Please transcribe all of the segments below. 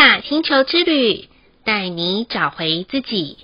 雅星球之旅，带你找回自己。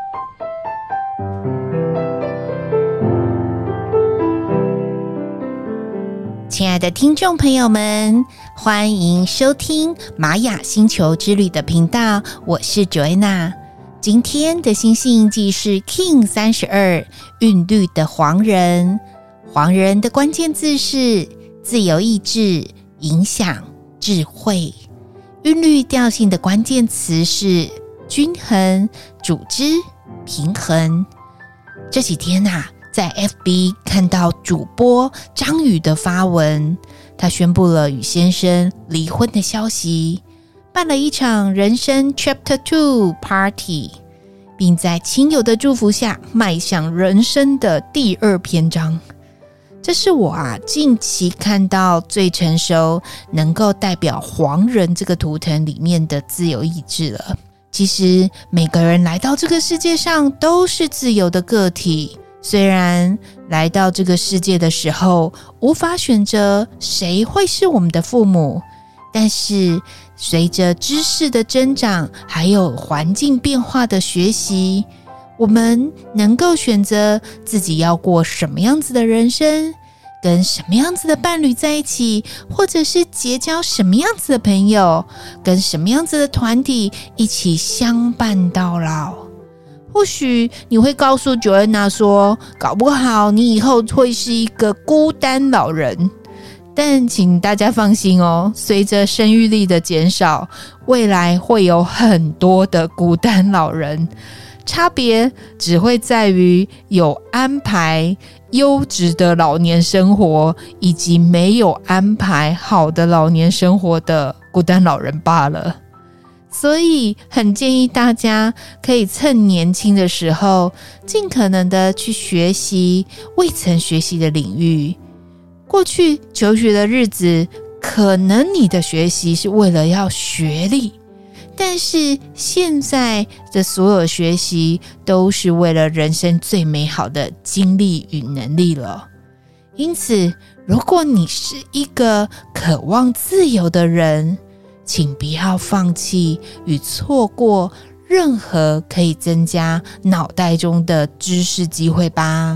亲爱的听众朋友们，欢迎收听玛雅星球之旅的频道，我是 Joanna。 今天的星系印记是 King 32韵律的黄人。黄人的关键字是自由意志、影响、智慧。韵律调性的关键词是均衡、组织、平衡。这几天在 FB 看到主播张宇的发文，他宣布了与先生离婚的消息，办了一场人生 Chapter 2 Party， 并在亲友的祝福下迈向人生的第2篇章。这是我近期看到最成熟能够代表黄人这个图腾里面的自由意志了。其实每个人来到这个世界上都是自由的个体，虽然来到这个世界的时候无法选择谁会是我们的父母，但是随着知识的增长还有环境变化的学习，我们能够选择自己要过什么样子的人生，跟什么样子的伴侣在一起，或者是结交什么样子的朋友，跟什么样子的团体一起相伴到老。或许你会告诉 Joanna 说，搞不好你以后会是一个孤单老人，但请大家放心哦，随着生育力的减少，未来会有很多的孤单老人，差别只会在于有安排优质的老年生活，以及没有安排好的老年生活的孤单老人罢了。所以很建议大家可以趁年轻的时候，尽可能的去学习未曾学习的领域。过去求学的日子，可能你的学习是为了要学历，但是现在的所有学习都是为了人生最美好的经历与能力了。因此，如果你是一个渴望自由的人，请不要放弃与错过任何可以增加脑袋中的知识机会吧。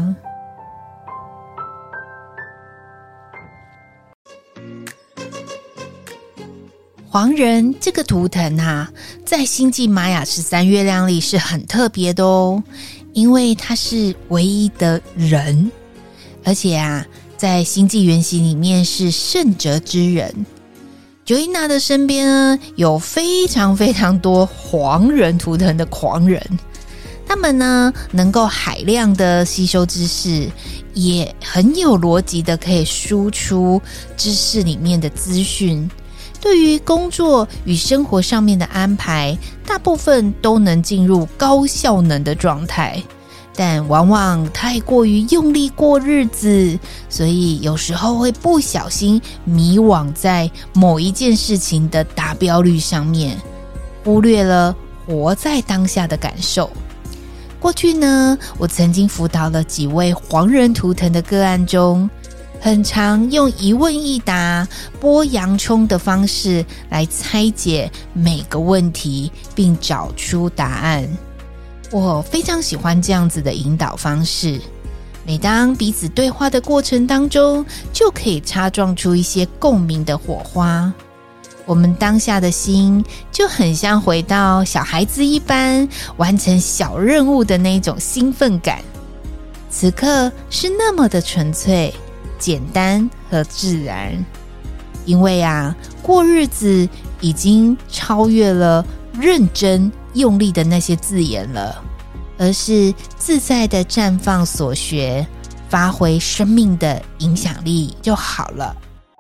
黄人这个图腾在星际玛雅13月亮里是很特别的哦，因为它是唯一的人，而且在星际原型里面是圣哲之人。Joanna 的身边有非常非常多黄人图腾的狂人，他们能够海量的吸收知识，也很有逻辑的可以输出知识里面的资讯。对于工作与生活上面的安排，大部分都能进入高效能的状态，但往往太过于用力过日子，所以有时候会不小心迷惘在某一件事情的达标率上面，忽略了活在当下的感受。过去我曾经辅导了几位黄人图腾的个案中，很常用一问一答、剥洋葱的方式来拆解每个问题，并找出答案。我非常喜欢这样子的引导方式，每当彼此对话的过程当中，就可以擦撞出一些共鸣的火花。我们当下的心就很像回到小孩子一般，完成小任务的那种兴奋感。此刻是那么的纯粹、简单和自然，因为过日子已经超越了认真用力的那些字眼了，而是自在的绽放所学，发挥生命的影响力就好了。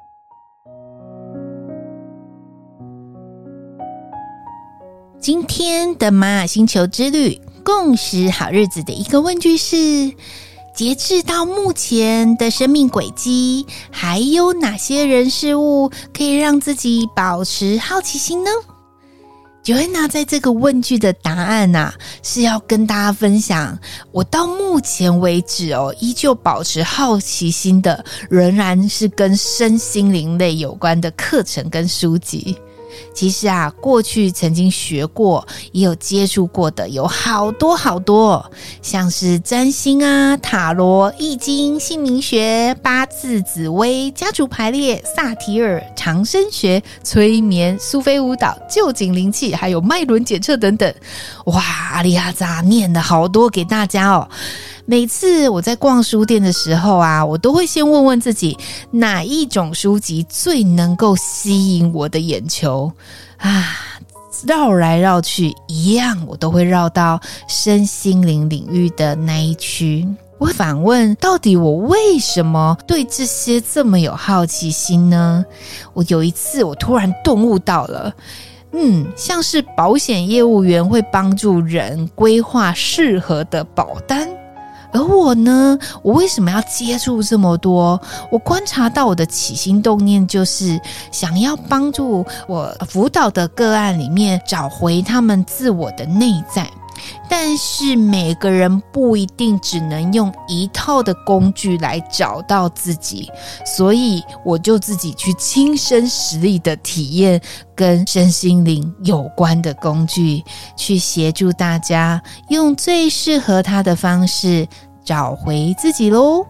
今天的玛雅星球之旅共识好日子的一个问句是：截至到目前的生命轨迹，还有哪些人事物可以让自己保持好奇心呢？Joanna 在这个问句的答案是要跟大家分享，我到目前为止依旧保持好奇心的，仍然是跟身心灵类有关的课程跟书籍。 其实啊，过去曾经学过也有接触过的有好多，像是占星啊、塔罗、易经、姓名学、八字、紫微、家族排列、萨提尔、长生学、催眠、苏菲舞蹈、臼井灵气，还有脉轮检测等等。哇，阿里阿扎念了好多给大家哦。每次我在逛书店的时候啊，我都会先问问自己，哪一种书籍最能够吸引我的眼球啊？绕来绕去，一样我都会绕到身心灵领域的那一区。我反问，到底我为什么对这些这么有好奇心呢？我有一次我突然顿悟到了，像是保险业务员会帮助人规划适合的保单，而我呢，我为什么要接触这么多？我观察到我的起心动念就是想要帮助我辅导的个案里面找回他们自我的内在。但是每个人不一定只能用一套的工具来找到自己，所以我就自己去亲身实力的体验跟身心灵有关的工具，去协助大家用最适合他的方式找回自己咯。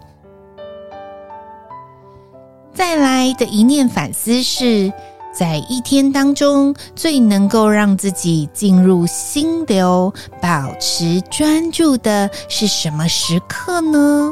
再来的一念反思是，在一天当中最能够让自己进入心流保持专注的是什么时刻呢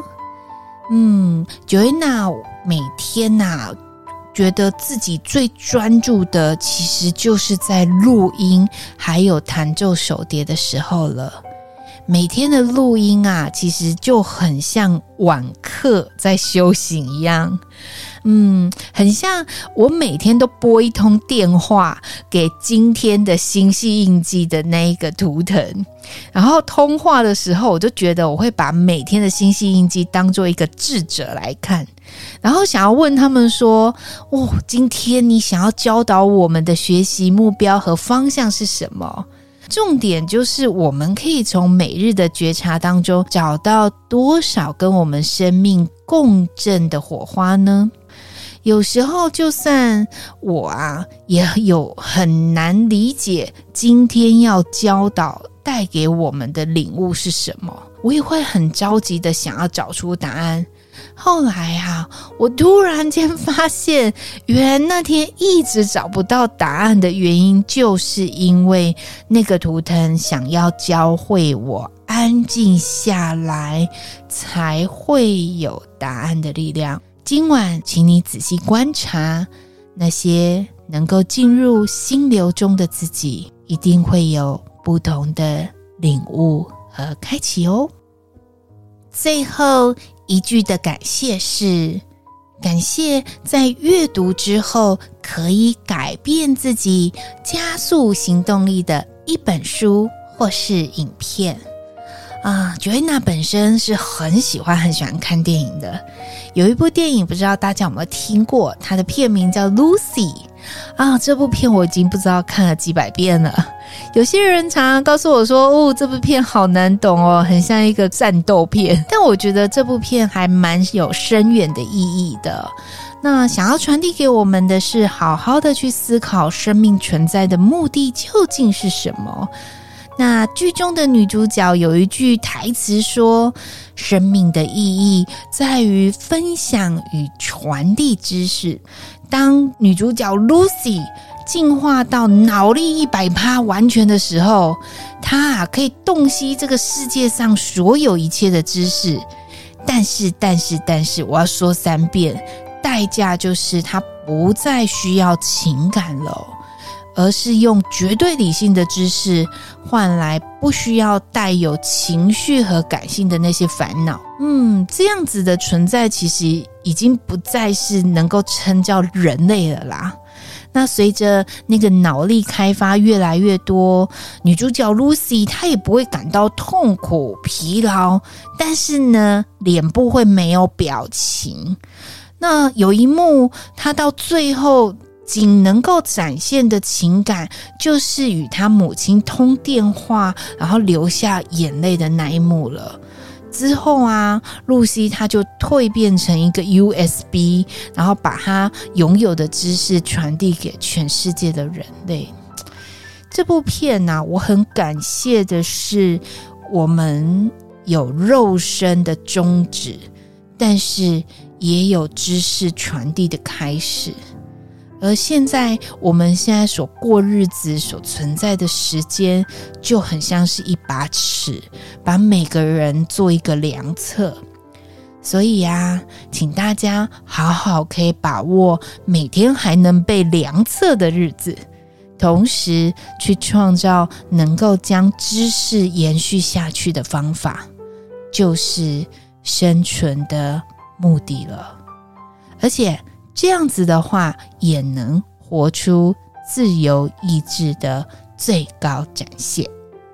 ？Joanna 每天觉得自己最专注的其实就是在录音还有弹奏手碟的时候了。每天的录音其实就很像晚课在修行一样，很像我每天都拨一通电话给今天的星系印记的那一个图腾，然后通话的时候我就觉得我会把每天的星系印记当作一个智者来看，然后想要问他们说，今天你想要教导我们的学习目标和方向是什么？重点就是我们可以从每日的觉察当中找到多少跟我们生命共振的火花呢？有时候就算我也有很难理解今天要教导带给我们的领悟是什么，我也会很着急的想要找出答案。后来我突然间发现，原来那天一直找不到答案的原因，就是因为那个图腾想要教会我安静下来，才会有答案的力量。今晚请你仔细观察，那些能够进入心流中的自己，一定会有不同的领悟和开启哦。最后一句的感谢是，感谢在阅读之后可以改变自己、加速行动力的一本书或是影片。Joanna 本身是很喜欢看电影的。有一部电影不知道大家有没有听过，它的片名叫 Lucy。这部片我已经不知道看了几百遍了。有些人常常告诉我说，这部片好难懂哦，很像一个战斗片。但我觉得这部片还蛮有深远的意义的。那想要传递给我们的是，好好的去思考生命存在的目的究竟是什么。那剧中的女主角有一句台词说，生命的意义在于分享与传递知识。当女主角 Lucy 进化到脑力 100% 完全的时候，她可以洞悉这个世界上所有一切的知识。但是我要说3遍，代价就是她不再需要情感了，而是用绝对理性的知识换来不需要带有情绪和感性的那些烦恼。这样子的存在其实已经不再是能够称叫人类了啦。那随着那个脑力开发越来越多，女主角 Lucy 她也不会感到痛苦疲劳，但是呢，脸部会没有表情。那有一幕她到最后仅能够展现的情感，就是与他母亲通电话然后流下眼泪的那一幕了。 之后啊，露西她就蜕变成一个 USB， 然后把她拥有的知识传递给全世界的人类。这部片啊，我很感谢的是，我们有肉身的宗旨，但是也有知识传递的开始。而我们现在所过日子所存在的时间，就很像是一把尺，把每个人做一个量测。所以啊，请大家好好可以把握每天还能被量测的日子，同时去创造能够将知识延续下去的方法，就是生存的目的了。而且这样子的话，也能活出自由意志的最高展现。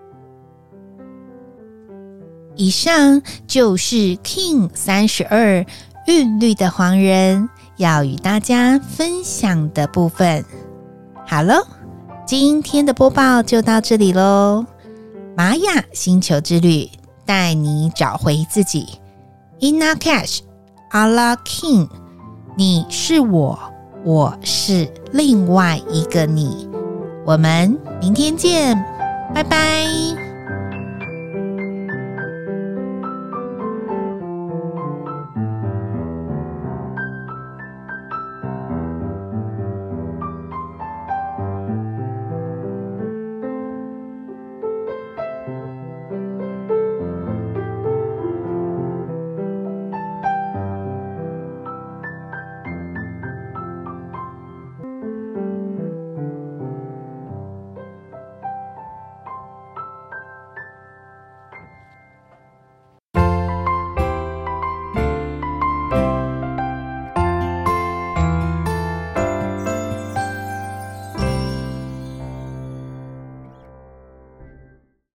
以上就是 King 32韵律的黄人要与大家分享的部分。好咯，今天的播报就到这里咯。玛雅星球之旅，带你找回自己。 Inna Cash Allah King， 你是我，我是另外一个你。我们明天见，拜拜。